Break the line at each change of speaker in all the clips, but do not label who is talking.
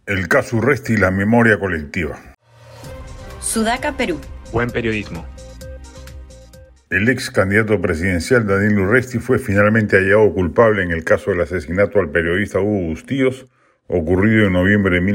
El caso Urresti y la memoria colectiva.
Sudaca, Perú.
Buen periodismo.
El ex candidato presidencial Daniel Urresti fue finalmente hallado culpable en el caso del asesinato al periodista Hugo Bustíos, ocurrido en noviembre de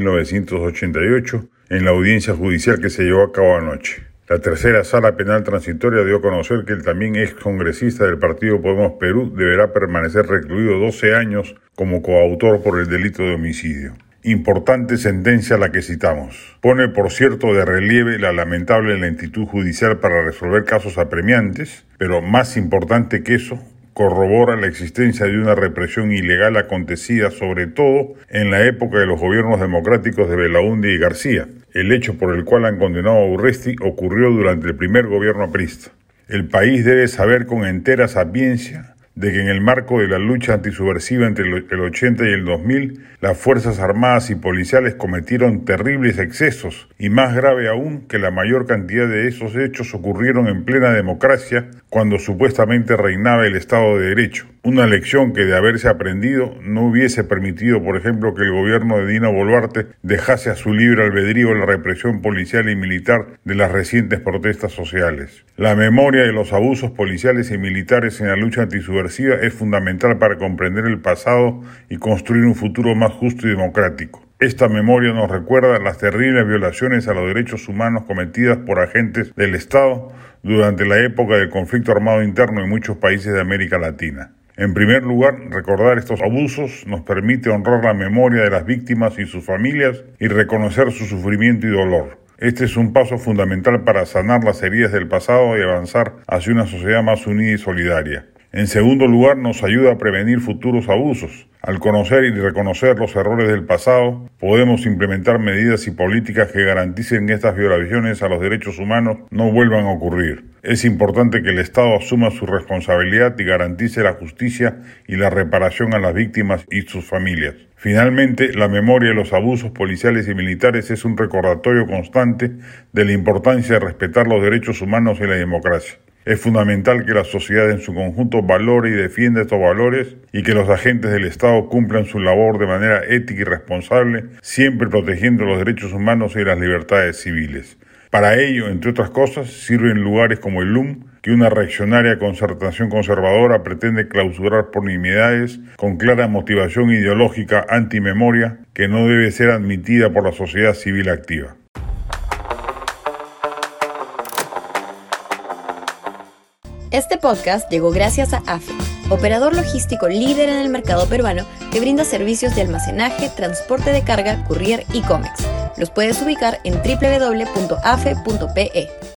1988, en la audiencia judicial que se llevó a cabo anoche. La tercera sala penal transitoria dio a conocer que el también ex congresista del partido Podemos Perú deberá permanecer recluido 12 años como coautor por el delito de homicidio. Importante sentencia la que citamos. Pone, por cierto, de relieve la lamentable lentitud judicial para resolver casos apremiantes, pero más importante que eso, corrobora la existencia de una represión ilegal acontecida sobre todo en la época de los gobiernos democráticos de Belaúnde y García. El hecho por el cual han condenado a Urresti ocurrió durante el primer gobierno aprista. El país debe saber con entera sapiencia de que en el marco de la lucha antisubversiva entre el 80 y el 2000, las Fuerzas Armadas y policiales cometieron terribles excesos y, más grave aún, que la mayor cantidad de esos hechos ocurrieron en plena democracia cuando supuestamente reinaba el Estado de Derecho. Una lección que, de haberse aprendido, no hubiese permitido, por ejemplo, que el gobierno de Dina Boluarte dejase a su libre albedrío la represión policial y militar de las recientes protestas sociales. La memoria de los abusos policiales y militares en la lucha antisubversiva es fundamental para comprender el pasado y construir un futuro más justo y democrático. Esta memoria nos recuerda las terribles violaciones a los derechos humanos cometidas por agentes del Estado durante la época del conflicto armado interno en muchos países de América Latina. En primer lugar, recordar estos abusos nos permite honrar la memoria de las víctimas y sus familias y reconocer su sufrimiento y dolor. Este es un paso fundamental para sanar las heridas del pasado y avanzar hacia una sociedad más unida y solidaria. En segundo lugar, nos ayuda a prevenir futuros abusos. Al conocer y reconocer los errores del pasado, podemos implementar medidas y políticas que garanticen que estas violaciones a los derechos humanos no vuelvan a ocurrir. Es importante que el Estado asuma su responsabilidad y garantice la justicia y la reparación a las víctimas y sus familias. Finalmente, la memoria de los abusos policiales y militares es un recordatorio constante de la importancia de respetar los derechos humanos y la democracia. Es fundamental que la sociedad en su conjunto valore y defienda estos valores y que los agentes del Estado cumplan su labor de manera ética y responsable, siempre protegiendo los derechos humanos y las libertades civiles. Para ello, entre otras cosas, sirven lugares como el LUM, que una reaccionaria concertación conservadora pretende clausurar por nimiedades con clara motivación ideológica antimemoria que no debe ser admitida por la sociedad civil activa.
Este podcast llegó gracias a AFE, operador logístico líder en el mercado peruano que brinda servicios de almacenaje, transporte de carga, courier y cómics. Los puedes ubicar en www.afe.pe.